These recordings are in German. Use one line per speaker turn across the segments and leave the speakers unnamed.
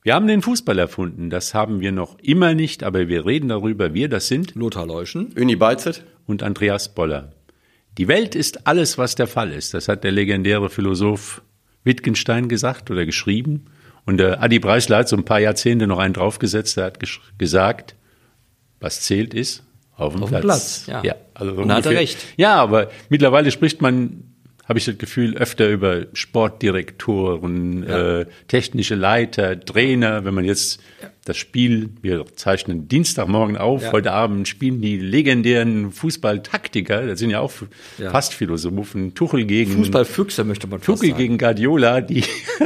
Wir haben den Fußball erfunden, das haben wir noch immer nicht, aber wir reden darüber. Wir, das sind
Lothar Leuschen,
Uni Beizet
und Andreas Boller. Die Welt ist alles, was der Fall ist. Das hat der legendäre Philosoph Wittgenstein gesagt oder geschrieben. Und der Adi Breisler hat so ein paar Jahrzehnte noch einen draufgesetzt. Der hat gesagt, was zählt ist auf dem Platz.
Ja.
Also
und da hat er recht.
Ja, aber mittlerweile spricht man, habe ich das Gefühl, öfter über Sportdirektoren, technische Leiter, Trainer. Wenn man jetzt das Spiel, wir zeichnen Dienstagmorgen auf, heute Abend spielen die legendären Fußballtaktiker, das sind ja auch fast Philosophen, Tuchel gegen
Fußballfüchse möchte man fast
Tuchel
sagen.
gegen Guardiola, die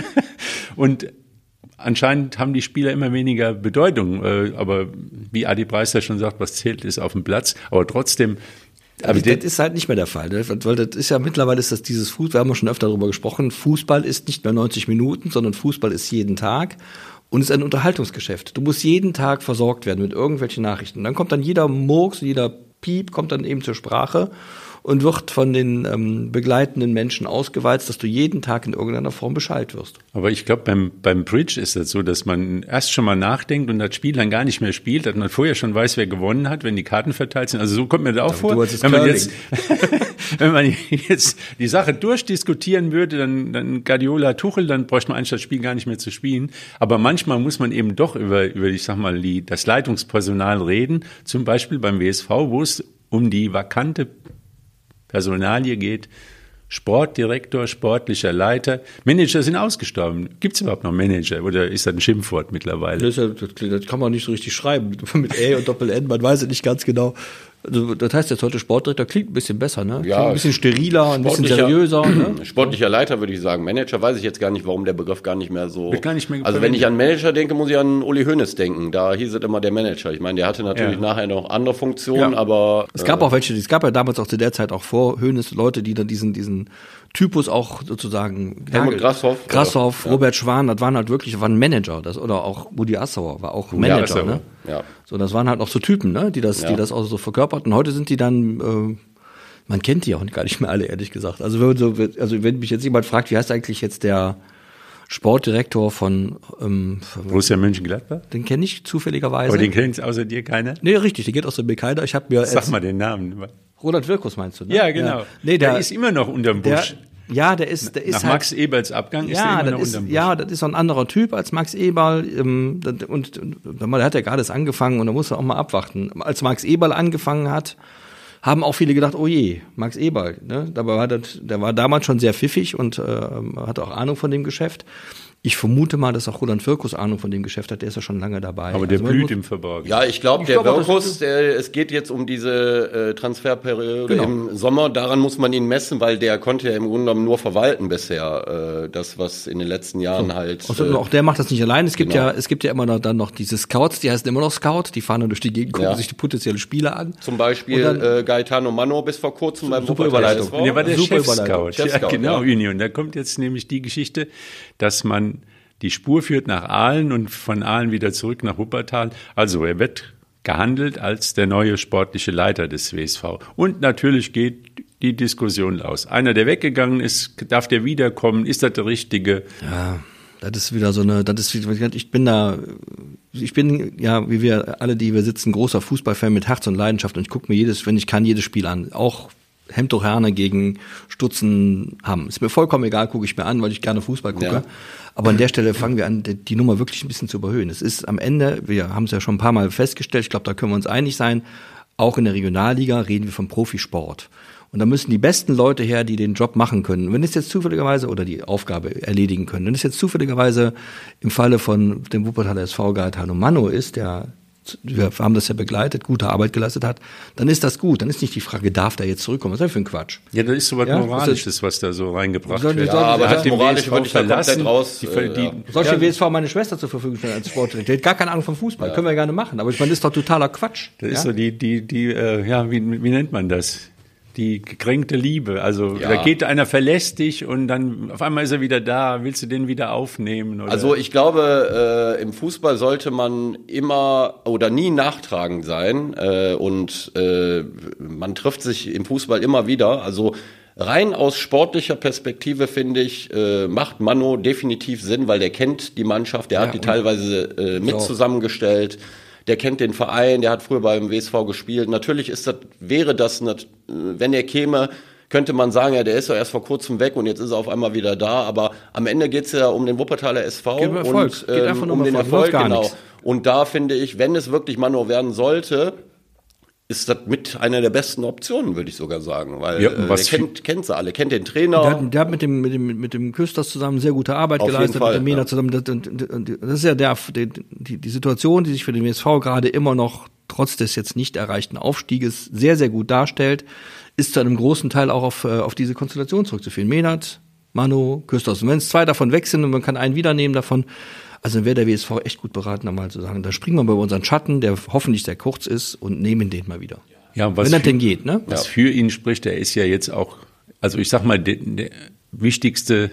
und anscheinend haben die Spieler immer weniger Bedeutung, aber wie Adi Breisler schon sagt, was zählt, ist auf dem Platz, aber trotzdem.
Aber das ist halt nicht mehr der Fall, ne? Weil das ist ja mittlerweile ist das dieses Fußball, wir haben ja schon öfter darüber gesprochen, Fußball ist nicht mehr 90 Minuten, sondern Fußball ist jeden Tag und ist ein Unterhaltungsgeschäft. Du musst jeden Tag versorgt werden mit irgendwelchen Nachrichten. Dann kommt dann jeder Murks, jeder Piep kommt dann eben zur Sprache und wird von den begleitenden Menschen ausgewalzt, dass du jeden Tag in irgendeiner Form Bescheid wirst.
Aber ich glaube, beim Bridge ist das so, dass man erst schon mal nachdenkt und das Spiel dann gar nicht mehr spielt, dass man vorher schon weiß, wer gewonnen hat, wenn die Karten verteilt sind. Also so kommt mir das auch vor. Wenn man jetzt die Sache durchdiskutieren würde, dann Guardiola, Tuchel, dann bräuchte man eigentlich das Spiel gar nicht mehr zu spielen. Aber manchmal muss man eben doch über ich sag mal, das Leitungspersonal reden. Zum Beispiel beim WSV, wo es um die vakante Personalie geht, Sportdirektor, sportlicher Leiter. Manager sind ausgestorben. Gibt es überhaupt noch Manager oder ist das ein Schimpfwort mittlerweile?
Das kann man nicht so richtig schreiben. Mit Ä und Doppel-N, man weiß es nicht ganz genau. Also, das heißt jetzt heute Sportdirektor klingt ein bisschen besser, ne?
Ja,
klingt ein bisschen steriler, ein bisschen seriöser. Ne?
Sportlicher Leiter würde ich sagen. Manager weiß ich jetzt gar nicht, warum der Begriff gar nicht mehr so.
Wird gar nicht mehr
also wenn ich an Manager denke, muss ich an Uli Hoeneß denken. Da hieß es immer der Manager. Ich meine, der hatte natürlich nachher noch andere Funktionen, aber
es gab auch welche, es gab ja damals auch zu der Zeit auch vor Hoeneß Leute, die dann diesen Typus auch sozusagen
Helmut
Grasshoff, Robert Schwan, das waren halt wirklich, waren Manager, oder auch Rudi Assauer war auch Manager, ne?
Ja.
So, das waren halt noch so Typen, ne, die das auch so verkörperten. Heute sind die dann, man kennt die auch gar nicht mehr alle, ehrlich gesagt. Also wenn mich jetzt jemand fragt, wie heißt eigentlich jetzt der Sportdirektor von
Borussia Mönchengladbach?
Den kenne ich zufälligerweise.
Aber den kennt außer dir keiner?
Nee, richtig, den kennt außer mir keiner. Ich habe mir
Sag mal den Namen.
Roland Wirkus meinst du, ne?
Ja, genau.
Ja. Nee,
der ist immer noch unterm Busch.
Der ist
Nach
halt,
Max Eberls Abgang ist er immer noch unterm Busch.
Ja, das ist so ein anderer Typ als Max Eberl. Und der hat ja gerade erst angefangen und da muss er auch mal abwarten. Als Max Eberl angefangen hat, haben auch viele gedacht, oh je, Max Eberl. Ne? Dabei der war damals schon sehr pfiffig und hatte auch Ahnung von dem Geschäft. Ich vermute mal, dass auch Roland Wirkus Ahnung von dem Geschäft hat, der ist ja schon lange dabei.
Aber der blüht im Verborgenen.
Ja, ich glaube, der Wirkus, es geht jetzt um diese Transferperiode im Sommer, daran muss man ihn messen, weil der konnte ja im Grunde genommen nur verwalten bisher, das, was in den letzten Jahren halt...
auch der macht das nicht allein, es gibt ja immer dann noch diese Scouts, die heißen immer noch Scout, die fahren dann durch die Gegend, gucken sich die potenzielle Spieler an.
Zum Beispiel Gaetano Manno bis vor kurzem beim
super Überleitung.
Der war der
Chef-Scout.
Ja, genau, Union. Da kommt jetzt nämlich die Geschichte, dass man die Spur führt nach Aalen und von Aalen wieder zurück nach Wuppertal. Also er wird gehandelt als der neue sportliche Leiter des WSV. Und natürlich geht die Diskussion los. Einer, der weggegangen ist, darf der wiederkommen? Ist das der Richtige?
Ja, das ist wieder so eine, ich bin ja, wie wir alle, die wir sitzen, großer Fußballfan mit Herz und Leidenschaft und ich gucke mir wenn ich kann, jedes Spiel an. Auch Hemdo Herne gegen Stutzen Hamm. Ist mir vollkommen egal, gucke ich mir an, weil ich gerne Fußball gucke. Ja. Aber an der Stelle fangen wir an, die Nummer wirklich ein bisschen zu überhöhen. Es ist am Ende, wir haben es ja schon ein paar Mal festgestellt, ich glaube, da können wir uns einig sein, auch in der Regionalliga reden wir vom Profisport. Und da müssen die besten Leute her, die den Job machen können. Wenn es jetzt zufälligerweise, oder die Aufgabe erledigen können, wenn es jetzt zufälligerweise im Falle von dem Wuppertaler SV Gaetano Manno ist, wir haben das ja begleitet, gute Arbeit geleistet hat, dann ist das gut. Dann ist nicht die Frage, darf der jetzt zurückkommen? Was ist das für ein Quatsch?
Ja, das ist so was Moralisches, was da so reingebracht wird.
Ja, aber das Moralische würde ich da komplett raus.
Soll ich dem WSV meine Schwester zur Verfügung stellen als Sportdirektor? Die hat gar keine Ahnung vom Fußball. Können wir ja gerne machen. Aber ich meine, das ist doch totaler Quatsch.
Das ist so wie nennt man das? Die gekränkte Liebe. Also da geht einer, verlässt dich und dann auf einmal ist er wieder da. Willst du den wieder aufnehmen? Oder?
Also ich glaube, im Fußball sollte man immer oder nie nachtragend sein und man trifft sich im Fußball immer wieder. Also rein aus sportlicher Perspektive, finde ich, macht Mano definitiv Sinn, weil der kennt die Mannschaft, der hat die teilweise mit zusammengestellt. Der kennt den Verein, der hat früher beim WSV gespielt. Natürlich wäre das, wenn er käme, könnte man sagen, ja, der ist ja erst vor kurzem weg und jetzt ist er auf einmal wieder da. Aber am Ende geht's ja um den Wuppertaler SV
und
um den Erfolg, genau. Und da finde ich, wenn es wirklich Mano werden sollte, ist das mit einer der besten Optionen, würde ich sogar sagen, weil der kennt sie alle, kennt den Trainer.
Der hat mit dem Küsters zusammen sehr gute Arbeit geleistet, mit dem Mena zusammen. Das ist ja die Situation, die sich für den WSV gerade immer noch trotz des jetzt nicht erreichten Aufstieges sehr, sehr gut darstellt, ist zu einem großen Teil auch auf diese Konstellation zurückzuführen. Menat, Mano, Küsters. Und wenn es 2 davon weg sind und man kann einen wieder nehmen davon, also dann wäre der WSV echt gut beraten, da mal zu sagen, da springen wir bei unseren Schatten, der hoffentlich sehr kurz ist, und nehmen den mal wieder.
Ja,
wenn das denn geht, ne?
Was für ihn spricht, er ist ja jetzt auch, also ich sag mal, der wichtigste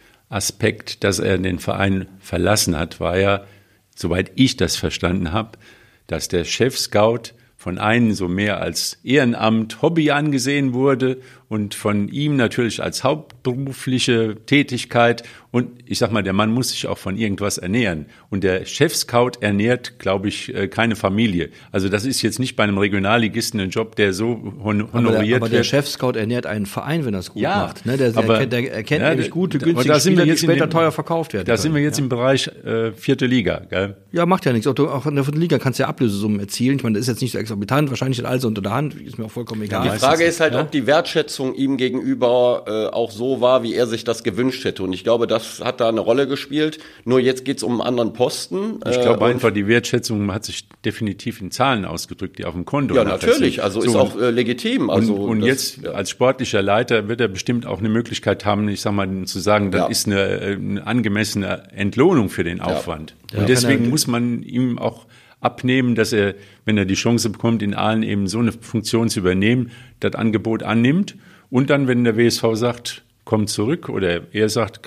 Aspekt, dass er den Verein verlassen hat, war ja, soweit ich das verstanden habe, dass der Chef-Scout von einem so mehr als Ehrenamt, Hobby angesehen wurde und von ihm natürlich als hauptberufliche Tätigkeit. Und ich sag mal, der Mann muss sich auch von irgendwas ernähren. Und der Chef-Scout ernährt, glaube ich, keine Familie. Also das ist jetzt nicht bei einem Regionalligisten ein Job, der so honoriert wird.
Aber der Chef-Scout ernährt einen Verein, wenn er es gut macht. Ne? Der erkennt nämlich gute, günstige Spieler, die später teuer verkauft werden.
Da sind wir jetzt im Bereich 4. Liga. Gell?
Ja, macht ja nichts. Auch in der 4. Liga kannst du ja Ablösesummen erzielen. Ich meine, das ist jetzt nicht so exorbitant. Wahrscheinlich alles unter der Hand. Ist mir auch vollkommen egal.
Die Frage ist halt, ob die Wertschätzung ihm gegenüber auch so war, wie er sich das gewünscht hätte. Und ich glaube, das hat da eine Rolle gespielt. Nur jetzt geht's um einen anderen Posten.
Ich glaube einfach, die Wertschätzung hat sich definitiv in Zahlen ausgedrückt, die auf dem Konto.
Ja, natürlich. Also ist auch legitim. Also
und jetzt als sportlicher Leiter wird er bestimmt auch eine Möglichkeit haben, ich sag mal, zu sagen, das ist eine angemessene Entlohnung für den Aufwand. Ja. Und deswegen muss man ihm auch abnehmen, dass er, wenn er die Chance bekommt, in Aalen eben so eine Funktion zu übernehmen, das Angebot annimmt. Und dann, wenn der WSV sagt, komm zurück, oder er sagt,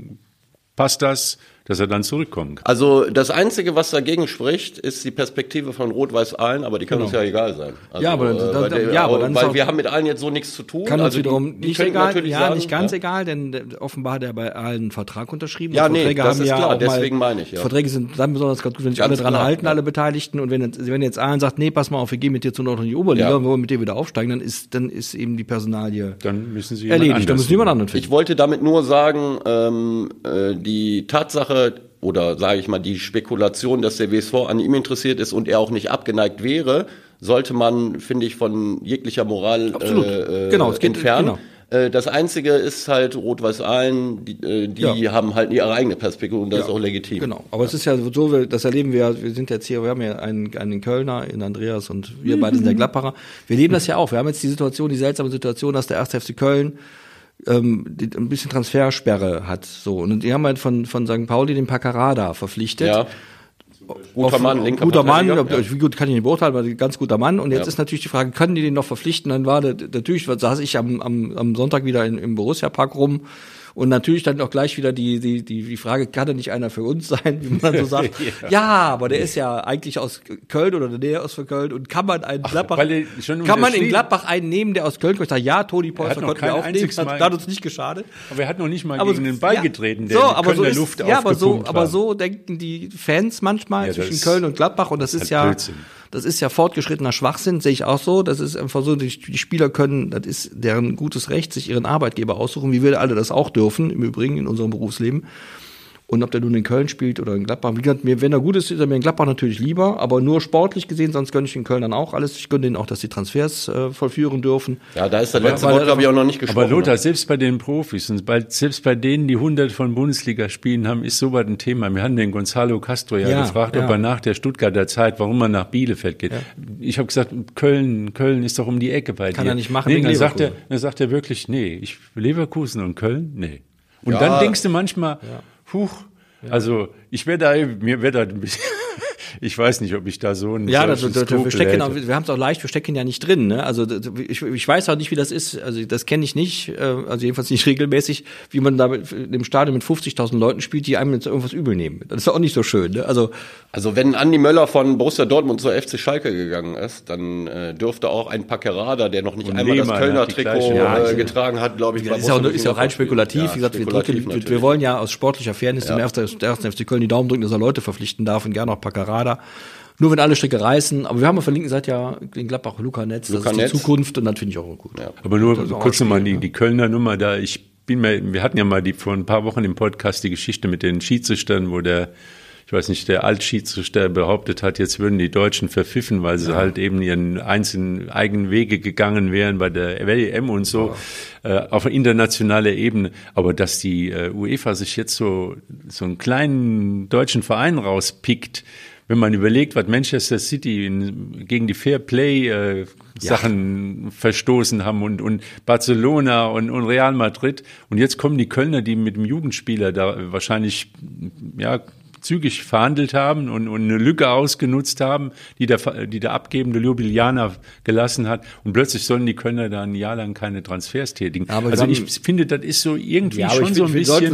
passt das, dass er dann zurückkommen kann.
Also das Einzige, was dagegen spricht, ist die Perspektive von Rot-Weiß Aalen, aber die kann uns ja egal sein. Also, weil wir haben mit Aalen jetzt so nichts zu tun.
Kann uns wiederum nicht egal, nicht ganz egal, denn offenbar hat er bei Aalen einen Vertrag unterschrieben.
Ja, das ist klar, deswegen meine ich. Ja.
Verträge sind dann besonders ganz gut, wenn sich alle dran halten, alle Beteiligten. Und wenn jetzt Aalen sagt, nee, pass mal auf, wir gehen mit dir zu noch in die Oberliga, und wollen mit dir wieder aufsteigen, dann ist eben die Personalie
dann müssen sie
erledigt. Dann müssen jemand anderen finden.
Ich wollte damit nur sagen, die Tatsache, oder sage ich mal, die Spekulation, dass der WSV an ihm interessiert ist und er auch nicht abgeneigt wäre, sollte man, finde ich, von jeglicher Moral entfernen. Genau. Das Einzige ist halt Rot-Weiß Aalen, die haben halt ihre eigene Perspektive und das ist auch legitim.
Genau, aber es ist ja so, das erleben wir sind jetzt hier, wir haben ja einen Kölner, in Andreas, und wir beide sind der Gladbacher. Wir leben das ja auch. Wir haben jetzt die seltsame Situation, dass der 1. FC Köln ein bisschen Transfersperre hat, so. Und die haben halt von St. Pauli den Paccarada verpflichtet. Ja.
Guter Mann, linker
guter Mann, wie gut kann ich ihn beurteilen, aber ganz guter Mann. Und jetzt ist natürlich die Frage, können die den noch verpflichten? Dann natürlich saß ich am Sonntag wieder im Borussia-Park rum. Und natürlich dann auch gleich wieder die Frage, kann er nicht einer für uns sein, wie man so sagt. ja, aber der ist ja eigentlich aus Köln oder der Nähe aus Köln, und kann man in Gladbach einen nehmen, der aus Köln kommt? Ja, Toni Polster konnten wir aufnehmen, hat uns nicht geschadet.
Aber er hat noch nicht mal gegen den Ball getreten, der in der Luft aufgepumpt war.
Aber so denken die Fans manchmal zwischen Köln und Gladbach, und das ist ja Blödsinn. Das ist ja fortgeschrittener Schwachsinn, sehe ich auch so. Das ist einfach so, die Spieler können, das ist deren gutes Recht, sich ihren Arbeitgeber aussuchen, wie wir alle das auch dürfen, im Übrigen in unserem Berufsleben. Und ob der nun in Köln spielt oder in Gladbach, wie gesagt, wenn er gut ist er mir in Gladbach natürlich lieber, aber nur sportlich gesehen, sonst gönne ich in Köln dann auch alles. Ich gönne denen auch, dass die Transfers vollführen dürfen.
Ja, da ist der letzte Wort, glaube ich, auch noch nicht gesprochen.
Aber Lothar, selbst bei den Profis und selbst bei denen, die 100 von Bundesliga-Spielen haben, ist sowas ein Thema. Wir haben den Gonzalo Castro gefragt, ob er nach der Stuttgarter Zeit, warum er nach Bielefeld geht. Ja. Ich habe gesagt, Köln ist doch um die Ecke bei dir.
Kann er nicht machen.
Nee, dann sagt er wirklich, Leverkusen und Köln, nee. Und dann denkst du manchmal, huch, also mir wäre da ein bisschen ich weiß nicht, ob ich da so ein
wir haben es auch leicht, wir stecken ja nicht drin. Ne? Also ich weiß auch nicht, wie das ist. Also das kenne ich nicht, also jedenfalls nicht regelmäßig, wie man da im Stadion mit 50.000 Leuten spielt, die einem jetzt irgendwas übel nehmen. Das ist auch nicht so schön. Ne? Also
wenn Andi Möller von Borussia Dortmund zur FC Schalke gegangen ist, dann dürfte auch ein Packerada, der noch nicht einmal das Kölner Trikot getragen hat, glaube ich.
Ist ja auch rein spekulativ. Wie gesagt, wir wollen ja aus sportlicher Fairness dem ersten FC Köln die Daumen drücken, dass er Leute verpflichten darf und gerne auch Packerada. Nur wenn alle Stricke reißen. Aber wir haben auf der linken Seite ja den Gladbach Luca Netz. Das ist die Zukunft und das finde ich auch gut.
Ja. Aber nur kurz nochmal die Kölner Nummer da. Wir hatten ja mal vor ein paar Wochen im Podcast die Geschichte mit den Schiedsrichtern, wo der Altschiedsrichter behauptet hat, jetzt würden die Deutschen verpfiffen, weil sie halt eben ihren einzelnen eigenen Wege gegangen wären bei der WM und so, auf internationaler Ebene. Aber dass die UEFA sich jetzt so einen kleinen deutschen Verein rauspickt, wenn man überlegt, was Manchester City gegen die Fair Play Sachen verstoßen haben und Barcelona und Real Madrid. Und jetzt kommen die Kölner, die mit dem Jugendspieler da wahrscheinlich, zügig verhandelt haben und eine Lücke ausgenutzt haben, die der abgebende Ljubljana gelassen hat. Und plötzlich sollen die Kölner da ein Jahr lang keine Transfers tätigen. Aber also ich finde, das ist so irgendwie schon so ein bisschen...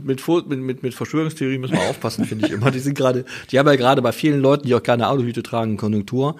Mit Verschwörungstheorie müssen wir aufpassen, finde ich immer. Die haben ja gerade bei vielen Leuten, die auch keine Aluhüte tragen, Konjunktur.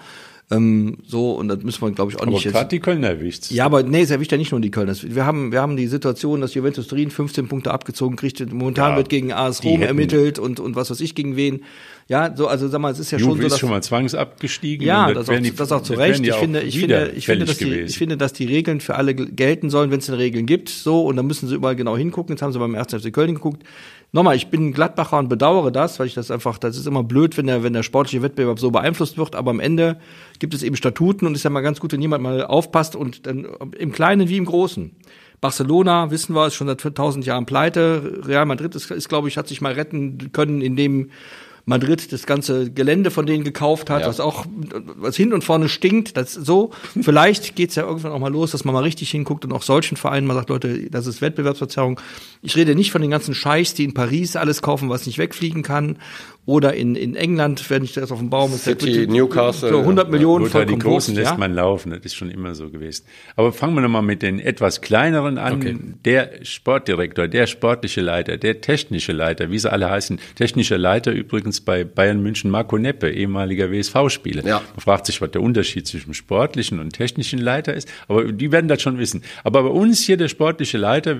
Und das müssen wir, glaube ich, auch nicht jetzt.
Aber gerade die Kölner erwischt.
Ja, aber nee, es erwischt ja nicht nur die Kölner. Wir haben die Situation, dass Juventus Turin 15 Punkte abgezogen kriegt. Momentan wird gegen AS Rom ermittelt und was weiß ich gegen wen. Ja, so, also sag mal, es ist ja
Juve
schon so, dass
ist schon mal zwangsabgestiegen.
Ja, das auch zu Recht. Ich finde, dass die Regeln für alle gelten sollen, wenn es denn Regeln gibt, so, und dann müssen sie überall genau hingucken. Jetzt haben sie beim 1. FC Köln geguckt. Nochmal, ich bin Gladbacher und bedauere das, weil ich das ist immer blöd, wenn der sportliche Wettbewerb so beeinflusst wird, aber am Ende gibt es eben Statuten und ist ja mal ganz gut, wenn jemand mal aufpasst und dann im Kleinen wie im Großen. Barcelona, wissen wir, ist schon seit 1000 Jahren pleite. Real Madrid ist, glaube ich, hat sich mal retten können, indem Madrid das ganze Gelände von denen gekauft hat, was hin und vorne stinkt, das so. Vielleicht geht's ja irgendwann auch mal los, dass man mal richtig hinguckt und auch solchen Vereinen mal sagt, Leute, das ist Wettbewerbsverzerrung. Ich rede nicht von den ganzen Scheichs, die in Paris alles kaufen, was nicht wegfliegen kann. Oder in England, wenn ich das auf dem Baum ist,
City, Newcastle,
100 Millionen vollkommen
die Großen lässt man laufen, das ist schon immer so gewesen. Aber fangen wir nochmal mit den etwas kleineren an. Okay. Der Sportdirektor, der sportliche Leiter, der technische Leiter, wie sie alle heißen, technischer Leiter übrigens bei Bayern München, Marco Neppe, ehemaliger WSV-Spieler. Ja. Man fragt sich, was der Unterschied zwischen sportlichen und technischen Leiter ist, aber die werden das schon wissen. Aber bei uns hier der sportliche Leiter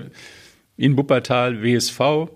in Wuppertal, WSV,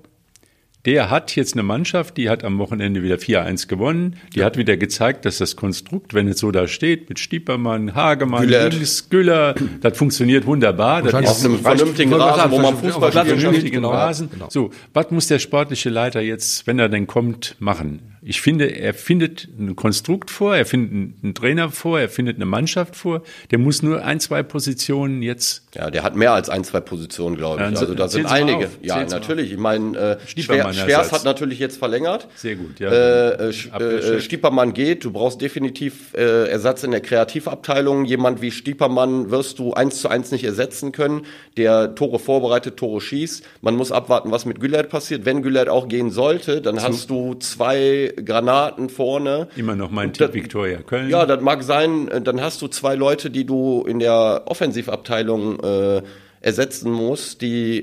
der hat jetzt eine Mannschaft, die hat am Wochenende wieder 4-1 gewonnen. Die hat wieder gezeigt, dass das Konstrukt, wenn es so da steht, mit Stiepermann, Hagemann, Güller, das funktioniert wunderbar. Das ist
auf einem vernünftigen Rasen, wo man Fußball spielt.
Rasen. Genau. So, was muss der sportliche Leiter jetzt, wenn er denn kommt, machen? Ich finde, er findet ein Konstrukt vor, er findet einen Trainer vor, er findet eine Mannschaft vor. Der muss nur 1-2 Positionen jetzt.
Ja, der hat mehr als 1-2 Positionen, glaube ich. Also da sind einige. Ja, natürlich. Ich meine, Schwers hat natürlich jetzt verlängert.
Sehr gut, ja.
Stiepermann geht. Du brauchst definitiv Ersatz in der Kreativabteilung. Jemand wie Stiepermann wirst du 1:1 nicht ersetzen können, der Tore vorbereitet, Tore schießt. Man muss abwarten, was mit Güllert passiert. Wenn Güllert auch gehen sollte, dann hast du 2 Granaten vorne.
Immer noch mein Tipp, Viktoria Köln.
Ja, das mag sein. Dann hast du 2 Leute, die du in der Offensivabteilung ersetzen musst, die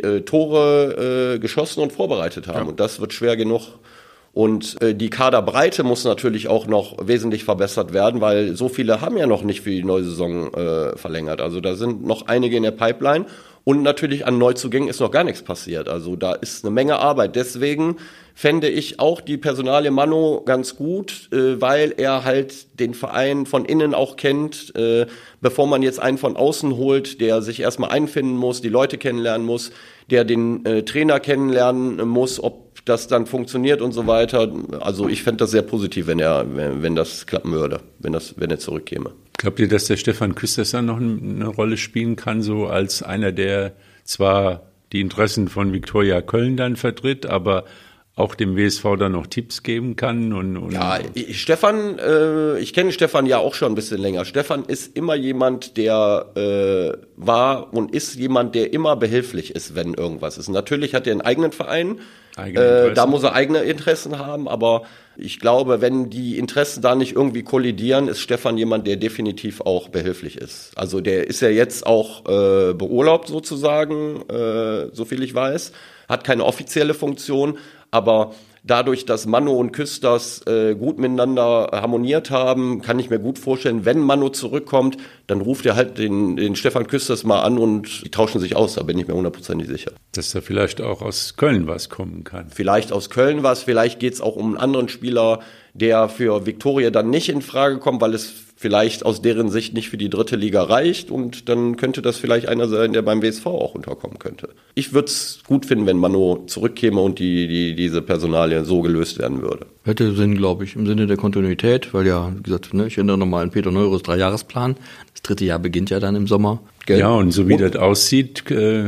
Tore geschossen und vorbereitet haben. Ja. Und das wird schwer genug. Und die Kaderbreite muss natürlich auch noch wesentlich verbessert werden, weil so viele haben ja noch nicht für die neue Saison verlängert. Also da sind noch einige in der Pipeline. Und natürlich an Neuzugängen ist noch gar nichts passiert. Also da ist eine Menge Arbeit. Deswegen fände ich auch die Personalie Mano ganz gut, weil er halt den Verein von innen auch kennt, bevor man jetzt einen von außen holt, der sich erstmal einfinden muss, die Leute kennenlernen muss, der den Trainer kennenlernen muss, ob das dann funktioniert und so weiter. Also ich fände das sehr positiv, wenn das klappen würde, wenn er zurückkäme.
Glaubt ihr, dass der Stefan Küstersson noch eine Rolle spielen kann, so als einer, der zwar die Interessen von Viktoria Köln dann vertritt, aber auch dem WSV dann noch Tipps geben kann. Und
ja, Stefan, ich kenne Stefan ja auch schon ein bisschen länger. Stefan ist immer jemand, der war und ist jemand, der immer behilflich ist, wenn irgendwas ist. Natürlich hat er einen eigenen Verein, da muss er eigene Interessen haben, aber ich glaube, wenn die Interessen da nicht irgendwie kollidieren, ist Stefan jemand, der definitiv auch behilflich ist. Also der ist ja jetzt auch beurlaubt sozusagen, so viel ich weiß, hat keine offizielle Funktion, aber dadurch, dass Manu und Küsters gut miteinander harmoniert haben, kann ich mir gut vorstellen, wenn Manu zurückkommt, dann ruft er halt den Stefan Küsters mal an und die tauschen sich aus, da bin ich mir 100% sicher.
Dass da vielleicht auch aus Köln was kommen kann.
Vielleicht aus Köln was, vielleicht geht es auch um einen anderen Spieler, der für Viktoria dann nicht in Frage kommt, weil es vielleicht aus deren Sicht nicht für die 3. Liga reicht und dann könnte das vielleicht einer sein, der beim WSV auch unterkommen könnte. Ich würde es gut finden, wenn Manu zurückkäme und diese Personalie so gelöst werden würde.
Hätte Sinn, glaube ich, im Sinne der Kontinuität, weil ja, wie gesagt, ich erinnere nochmal an Peter Neuros 3-Jahresplan. Das 3. Jahr beginnt ja dann im Sommer.
Gell? Ja, und so wie das aussieht,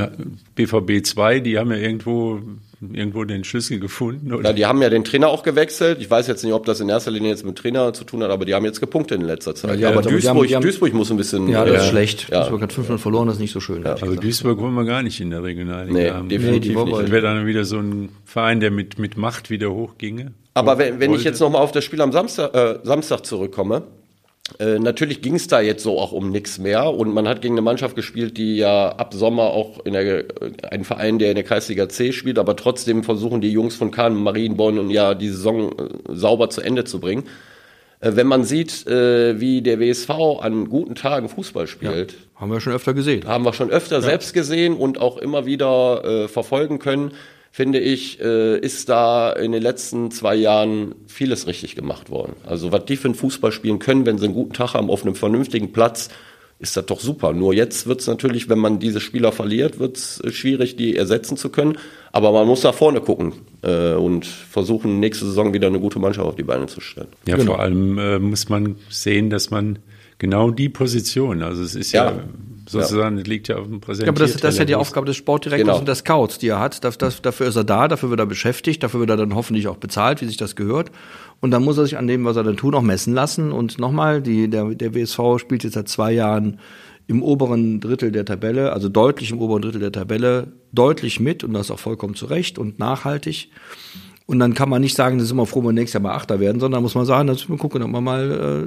BVB 2, die haben ja irgendwo den Schlüssel gefunden, oder?
Ja, die haben ja den Trainer auch gewechselt. Ich weiß jetzt nicht, ob das in erster Linie jetzt mit Trainer zu tun hat, aber die haben jetzt gepunktet in letzter Zeit.
Ja,
aber Duisburg muss ein bisschen...
Ja, das ist schlecht. Ja. Duisburg hat 5-0 verloren, das ist nicht so schön.
Ja. Aber Duisburg wollen wir gar nicht in der Regionalliga haben.
Definitiv nicht.
Das wäre dann wieder so ein Verein, der mit Macht wieder hochginge.
Aber wenn ich jetzt nochmal auf das Spiel am Samstag zurückkomme, natürlich ging es da jetzt so auch um nichts mehr und man hat gegen eine Mannschaft gespielt, die ja ab Sommer auch ein Verein, der in der Kreisliga C spielt, aber trotzdem versuchen die Jungs von Kahn, Marienborn und ja die Saison sauber zu Ende zu bringen. Wenn man sieht, wie der WSV an guten Tagen Fußball spielt.
Ja, haben wir schon öfter gesehen.
Haben wir schon öfter selbst gesehen und auch immer wieder verfolgen können. Finde ich, ist da in den letzten 2 Jahren vieles richtig gemacht worden. Also was die für einen Fußball spielen können, wenn sie einen guten Tag haben auf einem vernünftigen Platz, ist das doch super. Nur jetzt wird es natürlich, wenn man diese Spieler verliert, wird es schwierig, die ersetzen zu können. Aber man muss nach vorne gucken und versuchen, nächste Saison wieder eine gute Mannschaft auf die Beine zu stellen.
Ja, genau. Vor allem muss man sehen, dass man genau die Position, also es ist ja sozusagen, das liegt ja auf dem Präsentierteller.
Ja, aber das ist ja die Aufgabe des Sportdirektors und der Scouts, die er hat. Dafür ist er da, dafür wird er beschäftigt, dafür wird er dann hoffentlich auch bezahlt, wie sich das gehört. Und dann muss er sich an dem, was er dann tut, auch messen lassen. Und nochmal, der WSV spielt jetzt seit 2 Jahren im oberen Drittel der Tabelle, also deutlich im oberen Drittel der Tabelle, deutlich mit und das auch vollkommen zu Recht und nachhaltig. Und dann kann man nicht sagen, das ist immer froh, wenn wir nächstes Jahr mal Achter werden, sondern muss man sagen, wir gucken, ob wir mal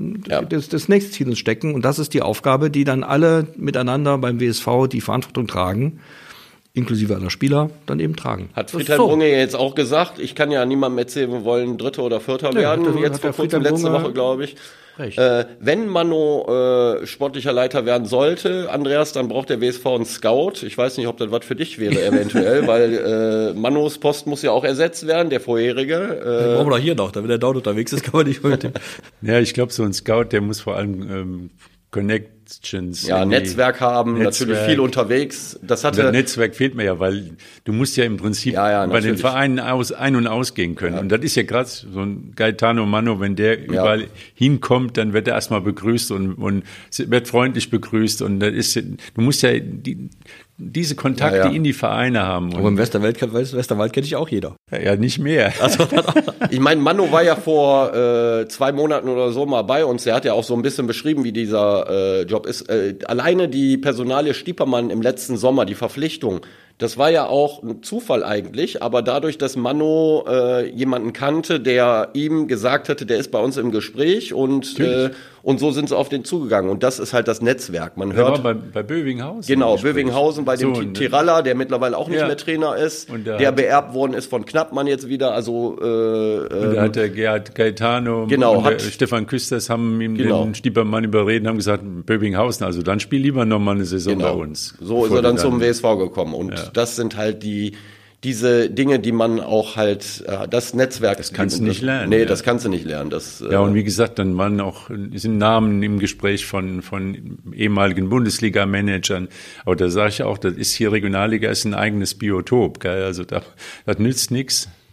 das nächste Ziel uns stecken. Und das ist die Aufgabe, die dann alle miteinander beim WSV die Verantwortung tragen, inklusive aller Spieler, dann eben tragen.
Hat Friedhelm Runge jetzt auch gesagt, ich kann ja niemandem erzählen, wir wollen Dritter oder Vierter werden, jetzt vor kurzem, letzte Woche, glaube ich. Wenn Manu sportlicher Leiter werden sollte, Andreas, dann braucht der WSV einen Scout. Ich weiß nicht, ob das was für dich wäre eventuell, weil Manus Post muss ja auch ersetzt werden, der vorherige.
Den brauchen wir doch hier noch, wenn der dort unterwegs ist, kann man nicht mit dem.
Ja, ich glaube, so ein Scout, der muss vor allem Connections.
Ja, Netzwerk haben, natürlich viel unterwegs. Das
Netzwerk fehlt mir ja, weil du musst ja im Prinzip bei den Vereinen ein- und ausgehen können. Ja. Und das ist ja gerade so ein Gaetano Mano, wenn der überall hinkommt, dann wird er erstmal begrüßt und wird freundlich begrüßt. Und das ist, du musst ja diese Kontakte in die Vereine haben.
Aber im Westerwald kennt ich auch jeder.
Ja, nicht mehr.
Also, ich meine, Manu war ja vor 2 Monaten oder so mal bei uns. Der hat ja auch so ein bisschen beschrieben, wie dieser Job ist. Alleine die Personalie Stiepermann im letzten Sommer, die Verpflichtung, das war ja auch ein Zufall eigentlich, aber dadurch, dass Manu jemanden kannte, der ihm gesagt hatte, der ist bei uns im Gespräch und so sind sie auf den zugegangen. Und das ist halt das Netzwerk. Man hört
bei Bövinghausen.
Genau, Bövinghausen bei dem Tiralla, der mittlerweile auch nicht mehr Trainer ist, und der beerbt worden ist von Knappmann jetzt wieder. Also
und da hat der Gerhard Gaetano und der Stefan Küsters haben ihm den Stiepermann überredet und haben gesagt, Bövinghausen, also dann spiel lieber noch mal eine Saison bei uns.
So ist er dann zum WSV gekommen. Und das sind halt diese Dinge, die man auch halt, das Netzwerk.
Das kannst du nicht lernen.
Nee, das kannst du nicht lernen.
Und wie gesagt, dann sind Namen im Gespräch von ehemaligen Bundesliga-Managern. Aber da sage ich auch, das ist hier Regionalliga, ist ein eigenes Biotop, gell? Also das nützt nichts.